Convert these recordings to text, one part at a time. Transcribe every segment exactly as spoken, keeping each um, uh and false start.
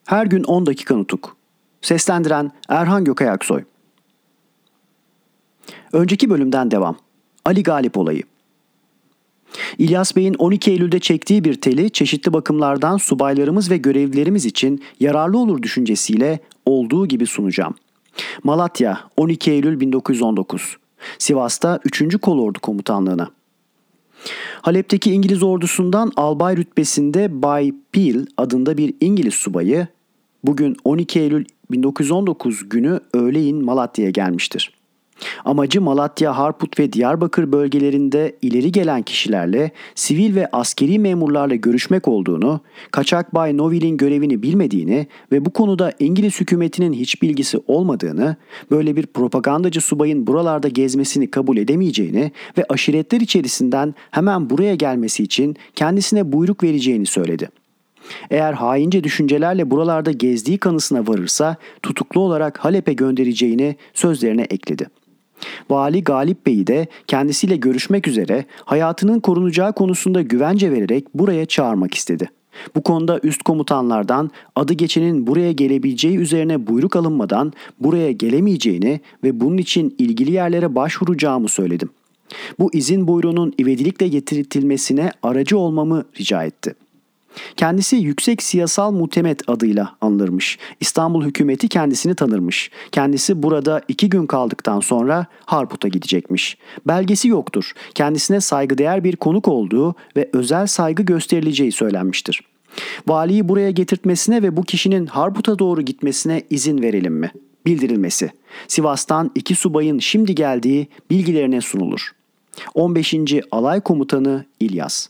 Her gün on dakika nutuk. Seslendiren Erhan Gökay Aksoy. Önceki bölümden devam. Ali Galip olayı. İlyas Bey'in on iki Eylül'de çektiği bir teli çeşitli bakımlardan subaylarımız ve görevlilerimiz için yararlı olur düşüncesiyle olduğu gibi sunacağım. Malatya, on iki Eylül bin dokuz yüz on dokuz. Sivas'ta üçüncü Kolordu Komutanlığı'na. Halep'teki İngiliz ordusundan albay rütbesinde Bay Peel adında bir İngiliz subayı bugün on iki Eylül bin dokuz yüz on dokuz günü öğleyin Malatya'ya gelmiştir. Amacı Malatya, Harput ve Diyarbakır bölgelerinde ileri gelen kişilerle, sivil ve askeri memurlarla görüşmek olduğunu, Kaçak Bay Noville'in görevini bilmediğini ve bu konuda İngiliz hükümetinin hiç bilgisi olmadığını, böyle bir propagandacı subayın buralarda gezmesini kabul edemeyeceğini ve aşiretler içerisinden hemen buraya gelmesi için kendisine buyruk vereceğini söyledi. Eğer haince düşüncelerle buralarda gezdiği kanısına varırsa tutuklu olarak Halep'e göndereceğini sözlerine ekledi. Vali Galip Bey'i de kendisiyle görüşmek üzere hayatının korunacağı konusunda güvence vererek buraya çağırmak istedi. Bu konuda üst komutanlardan adı geçenin buraya gelebileceği üzerine buyruk alınmadan buraya gelemeyeceğini ve bunun için ilgili yerlere başvuracağımı söyledim. Bu izin buyruğunun ivedilikle getirilmesine aracı olmamı rica etti. Kendisi Yüksek Siyasal Muhtemet adıyla anılırmış. İstanbul hükümeti kendisini tanırmış. Kendisi burada iki gün kaldıktan sonra Harput'a gidecekmiş. Belgesi yoktur. Kendisine saygıdeğer bir konuk olduğu ve özel saygı gösterileceği söylenmiştir. Valiyi buraya getirtmesine ve bu kişinin Harput'a doğru gitmesine izin verelim mi? Bildirilmesi. Sivas'tan iki subayın şimdi geldiği bilgilerine sunulur. on beşinci Alay Komutanı İlyas.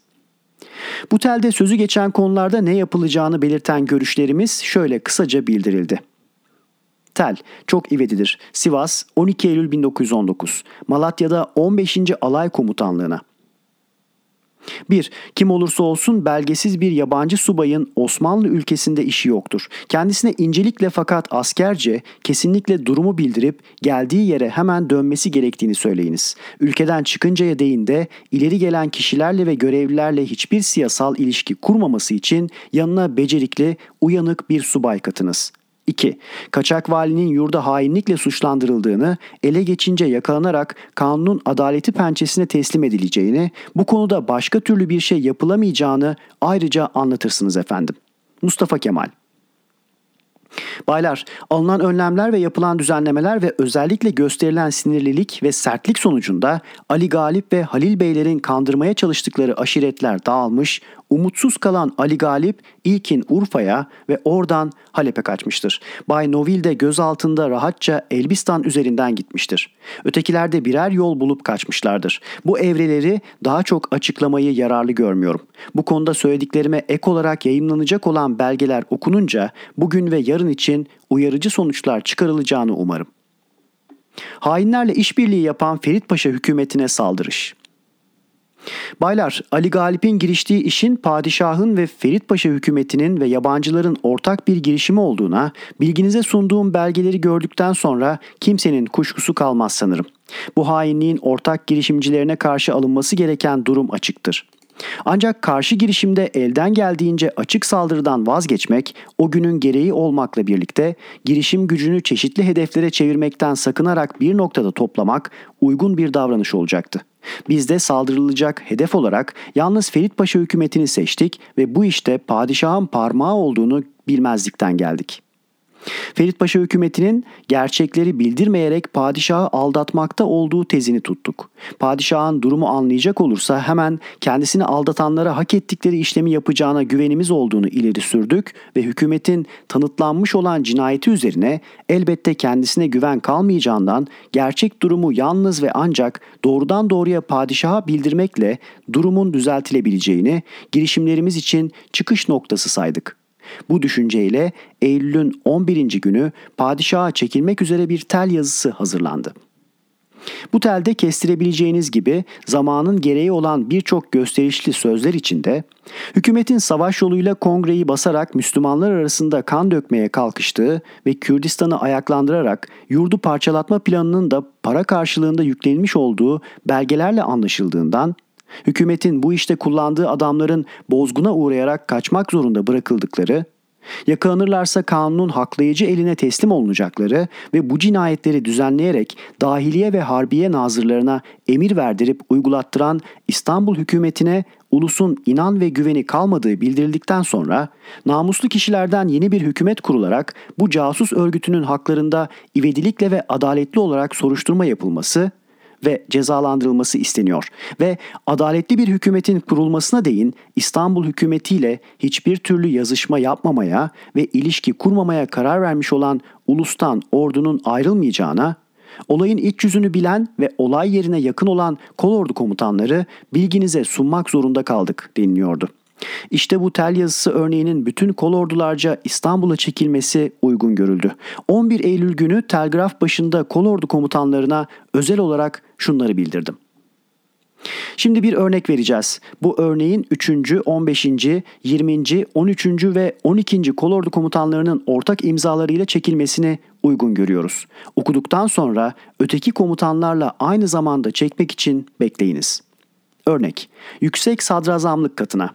Bu telde sözü geçen konularda ne yapılacağını belirten görüşlerimiz şöyle kısaca bildirildi. Tel çok ivedidir. Sivas, on iki Eylül bin dokuz yüz on dokuz. Malatya'da on beşinci Alay Komutanlığı'na. bir. Kim olursa olsun belgesiz bir yabancı subayın Osmanlı ülkesinde işi yoktur. Kendisine incelikle fakat askerce kesinlikle durumu bildirip geldiği yere hemen dönmesi gerektiğini söyleyiniz. Ülkeden çıkıncaya değin de ileri gelen kişilerle ve görevlilerle hiçbir siyasal ilişki kurmaması için yanına becerikli, uyanık bir subay katınız. iki. Kaçak valinin yurda hainlikle suçlandırıldığını, ele geçince yakalanarak kanunun adaleti pençesine teslim edileceğini, bu konuda başka türlü bir şey yapılamayacağını ayrıca anlatırsınız efendim. Mustafa Kemal. Baylar, alınan önlemler ve yapılan düzenlemeler ve özellikle gösterilen sinirlilik ve sertlik sonucunda Ali Galip ve Halil Beylerin kandırmaya çalıştıkları aşiretler dağılmış, umutsuz kalan Ali Galip ilkin Urfa'ya ve oradan Halep'e kaçmıştır. Bay Noville de gözaltında rahatça Elbistan üzerinden gitmiştir. Ötekiler de birer yol bulup kaçmışlardır. Bu evreleri daha çok açıklamayı yararlı görmüyorum. Bu konuda söylediklerime ek olarak yayımlanacak olan belgeler okununca bugün ve yarın için uyarıcı sonuçlar çıkarılacağını umarım. Hainlerle işbirliği yapan Ferit Paşa hükümetine saldırış. Baylar, Ali Galip'in giriştiği işin padişahın ve Ferit Paşa hükümetinin ve yabancıların ortak bir girişimi olduğuna bilginize sunduğum belgeleri gördükten sonra kimsenin kuşkusu kalmaz sanırım. Bu hainliğin ortak girişimcilerine karşı alınması gereken durum açıktır. Ancak karşı girişimde elden geldiğince açık saldırıdan vazgeçmek o günün gereği olmakla birlikte girişim gücünü çeşitli hedeflere çevirmekten sakınarak bir noktada toplamak uygun bir davranış olacaktı. Biz de saldırılacak hedef olarak yalnız Ferit Paşa hükümetini seçtik ve bu işte padişahın parmağı olduğunu bilmezlikten geldik. Ferit Paşa hükümetinin gerçekleri bildirmeyerek padişahı aldatmakta olduğu tezini tuttuk. Padişahın durumu anlayacak olursa hemen kendisini aldatanlara hak ettikleri işlemi yapacağına güvenimiz olduğunu ileri sürdük ve hükümetin tanıtlanmış olan cinayeti üzerine elbette kendisine güven kalmayacağından gerçek durumu yalnız ve ancak doğrudan doğruya padişaha bildirmekle durumun düzeltilebileceğini girişimlerimiz için çıkış noktası saydık. Bu düşünceyle Eylül'ün on birinci günü padişaha çekilmek üzere bir tel yazısı hazırlandı. Bu telde kestirebileceğiniz gibi zamanın gereği olan birçok gösterişli sözler içinde hükümetin savaş yoluyla kongreyi basarak Müslümanlar arasında kan dökmeye kalkıştığı ve Kürdistan'ı ayaklandırarak yurdu parçalatma planının da para karşılığında yüklenilmiş olduğu belgelerle anlaşıldığından hükümetin bu işte kullandığı adamların bozguna uğrayarak kaçmak zorunda bırakıldıkları, Yakalanırlarsa kanunun haklayıcı eline teslim olunacakları ve bu cinayetleri düzenleyerek Dahiliye ve Harbiye nazırlarına emir verdirip uygulattıran İstanbul hükümetine ulusun inan ve güveni kalmadığı bildirildikten sonra namuslu kişilerden yeni bir hükümet kurularak bu casus örgütünün haklarında ivedilikle ve adaletli olarak soruşturma yapılması ve cezalandırılması isteniyor ve adaletli bir hükümetin kurulmasına değin İstanbul hükümetiyle hiçbir türlü yazışma yapmamaya ve ilişki kurmamaya karar vermiş olan ulustan ordunun ayrılmayacağına, olayın iç yüzünü bilen ve olay yerine yakın olan kolordu komutanları bilginize sunmak zorunda kaldık deniliyordu. İşte bu tel yazısı örneğinin bütün kolordularca İstanbul'a çekilmesi uygun görüldü. on bir Eylül günü telgraf başında kolordu komutanlarına özel olarak şunları bildirdim. Şimdi bir örnek vereceğiz. Bu örneğin üçüncü, on beşinci, yirminci, on üçüncü ve on ikinci kolordu komutanlarının ortak imzalarıyla çekilmesini uygun görüyoruz. Okuduktan sonra öteki komutanlarla aynı zamanda çekmek için bekleyiniz. Örnek: Yüksek Sadrazamlık Katı'na.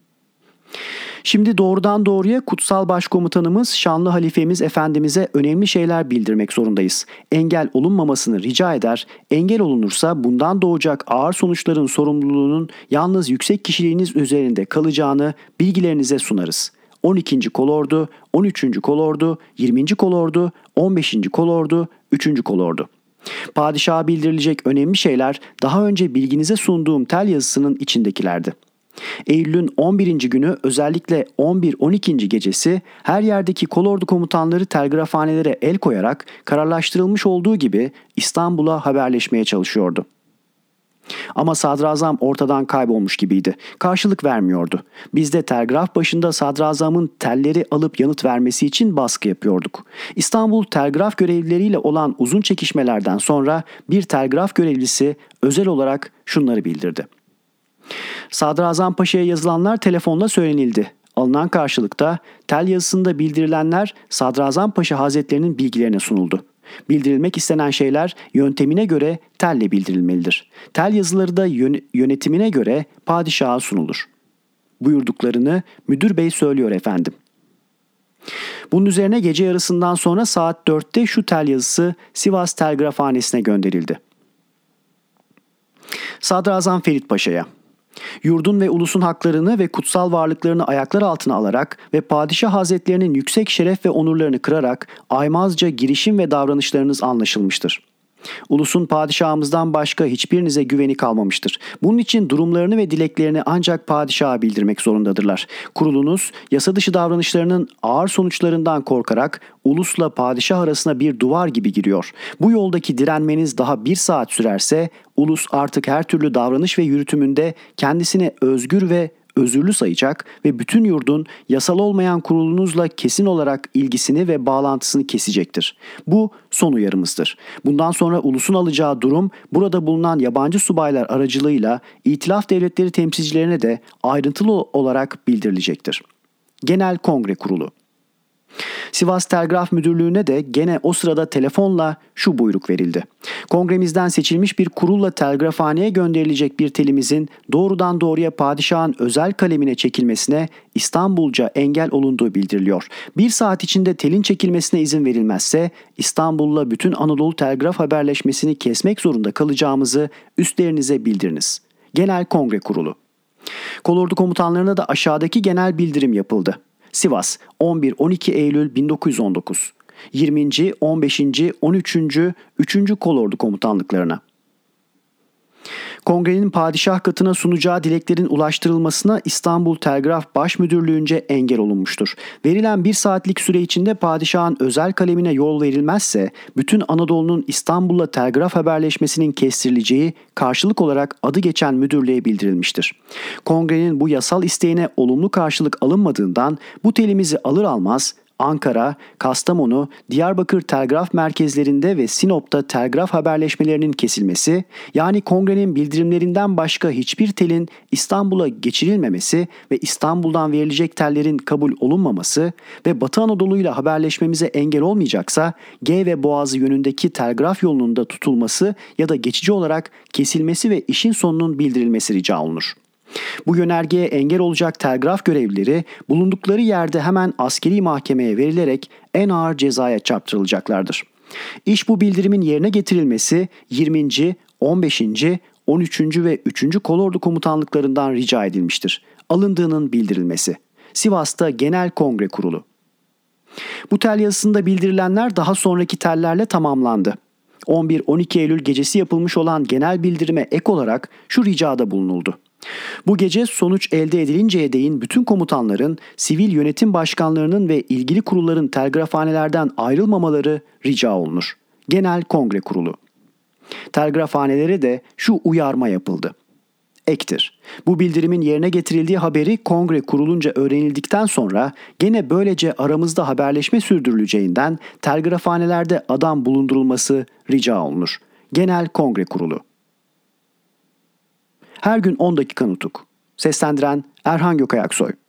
Şimdi doğrudan doğruya kutsal başkomutanımız şanlı halifemiz efendimize önemli şeyler bildirmek zorundayız. Engel olunmamasını rica eder, engel olunursa bundan doğacak ağır sonuçların sorumluluğunun yalnız yüksek kişiliğiniz üzerinde kalacağını bilgilerinize sunarız. on ikinci kolordu, on üçüncü kolordu, yirminci kolordu, on beşinci kolordu, üçüncü kolordu. Padişaha bildirilecek önemli şeyler daha önce bilginize sunduğum tel yazısının içindekilerdi. Eylül'ün on birinci günü özellikle on bir on ikinci gecesi her yerdeki kolordu komutanları telgrafhanelere el koyarak kararlaştırılmış olduğu gibi İstanbul'a haberleşmeye çalışıyordu. Ama sadrazam ortadan kaybolmuş gibiydi. Karşılık vermiyordu. Biz de telgraf başında sadrazamın telleri alıp yanıt vermesi için baskı yapıyorduk. İstanbul telgraf görevlileriyle olan uzun çekişmelerden sonra bir telgraf görevlisi özel olarak şunları bildirdi. Sadrazam Paşa'ya yazılanlar telefonla söylenildi. Alınan karşılıkta tel yazısında bildirilenler Sadrazam Paşa Hazretlerinin bilgilerine sunuldu. Bildirilmek istenen şeyler yöntemine göre telle bildirilmelidir. Tel yazıları da yönetimine göre padişaha sunulur. Buyurduklarını müdür bey söylüyor efendim. Bunun üzerine gece yarısından sonra saat dörtte şu tel yazısı Sivas Telgrafhanesi'ne gönderildi. Sadrazam Ferit Paşa'ya. Yurdun ve ulusun haklarını ve kutsal varlıklarını ayaklar altına alarak ve padişah hazretlerinin yüksek şeref ve onurlarını kırarak aymazca girişim ve davranışlarınız anlaşılmıştır. Ulusun padişahımızdan başka hiçbirinize güveni kalmamıştır. Bunun için durumlarını ve dileklerini ancak padişaha bildirmek zorundadırlar. Kurulunuz yasa dışı davranışlarının ağır sonuçlarından korkarak ulusla padişah arasına bir duvar gibi giriyor. Bu yoldaki direnmeniz daha bir saat sürerse ulus artık her türlü davranış ve yürütümünde kendisini özgür ve özürlü sayacak ve bütün yurdun yasal olmayan kurulunuzla kesin olarak ilgisini ve bağlantısını kesecektir. Bu son uyarımızdır. Bundan sonra ulusun alacağı durum burada bulunan yabancı subaylar aracılığıyla İtilaf devletleri temsilcilerine de ayrıntılı olarak bildirilecektir. Genel Kongre Kurulu. Sivas Telgraf Müdürlüğü'ne de gene o sırada telefonla şu buyruk verildi. Kongremizden seçilmiş bir kurulla telgrafhaneye gönderilecek bir telimizin doğrudan doğruya padişahın özel kalemine çekilmesine İstanbulca engel olunduğu bildiriliyor. Bir saat içinde telin çekilmesine izin verilmezse İstanbul'la bütün Anadolu telgraf haberleşmesini kesmek zorunda kalacağımızı üstlerinize bildiriniz. Genel Kongre Kurulu. Kolordu komutanlarına da aşağıdaki genel bildirim yapıldı. Sivas on bir on iki Eylül bin dokuz yüz on dokuz yirminci, on beşinci, on üçüncü, üçüncü Kolordu Komutanlıklarına. Kongrenin padişah katına sunacağı dileklerin ulaştırılmasına İstanbul Telgraf Baş Müdürlüğü'nce engel olunmuştur. Verilen bir saatlik süre içinde padişahın özel kalemine yol verilmezse bütün Anadolu'nun İstanbul'la telgraf haberleşmesinin kestirileceği karşılık olarak adı geçen müdürlüğe bildirilmiştir. Kongrenin bu yasal isteğine olumlu karşılık alınmadığından bu telimizi alır almaz Ankara, Kastamonu, Diyarbakır telgraf merkezlerinde ve Sinop'ta telgraf haberleşmelerinin kesilmesi, yani kongrenin bildirimlerinden başka hiçbir telin İstanbul'a geçirilmemesi ve İstanbul'dan verilecek tellerin kabul olunmaması ve Batı Anadolu'yla haberleşmemize engel olmayacaksa G ve Boğazı yönündeki telgraf yolunun da tutulması ya da geçici olarak kesilmesi ve işin sonunun bildirilmesi rica olunur. Bu yönergeye engel olacak telgraf görevlileri bulundukları yerde hemen askeri mahkemeye verilerek en ağır cezaya çarptırılacaklardır. İş bu bildirimin yerine getirilmesi yirminci, on beşinci, on üçüncü ve üçüncü Kolordu komutanlıklarından rica edilmiştir. Alındığının bildirilmesi. Sivas'ta Genel Kongre kurulu. Bu tel yazısında bildirilenler daha sonraki tellerle tamamlandı. on bir on iki Eylül gecesi yapılmış olan genel bildirime ek olarak şu ricada bulunuldu. Bu gece sonuç elde edilinceye değin bütün komutanların, sivil yönetim başkanlarının ve ilgili kurulların telgrafhanelerden ayrılmamaları rica olunur. Genel Kongre Kurulu. Telgrafhanelere de şu uyarma yapıldı. Ektir. Bu bildirimin yerine getirildiği haberi kongre kurulunca öğrenildikten sonra gene böylece aramızda haberleşme sürdürüleceğinden telgrafhanelerde adam bulundurulması rica olunur. Genel Kongre Kurulu. Her gün on dakika nutuk. Seslendiren Erhan Gökayaksoy.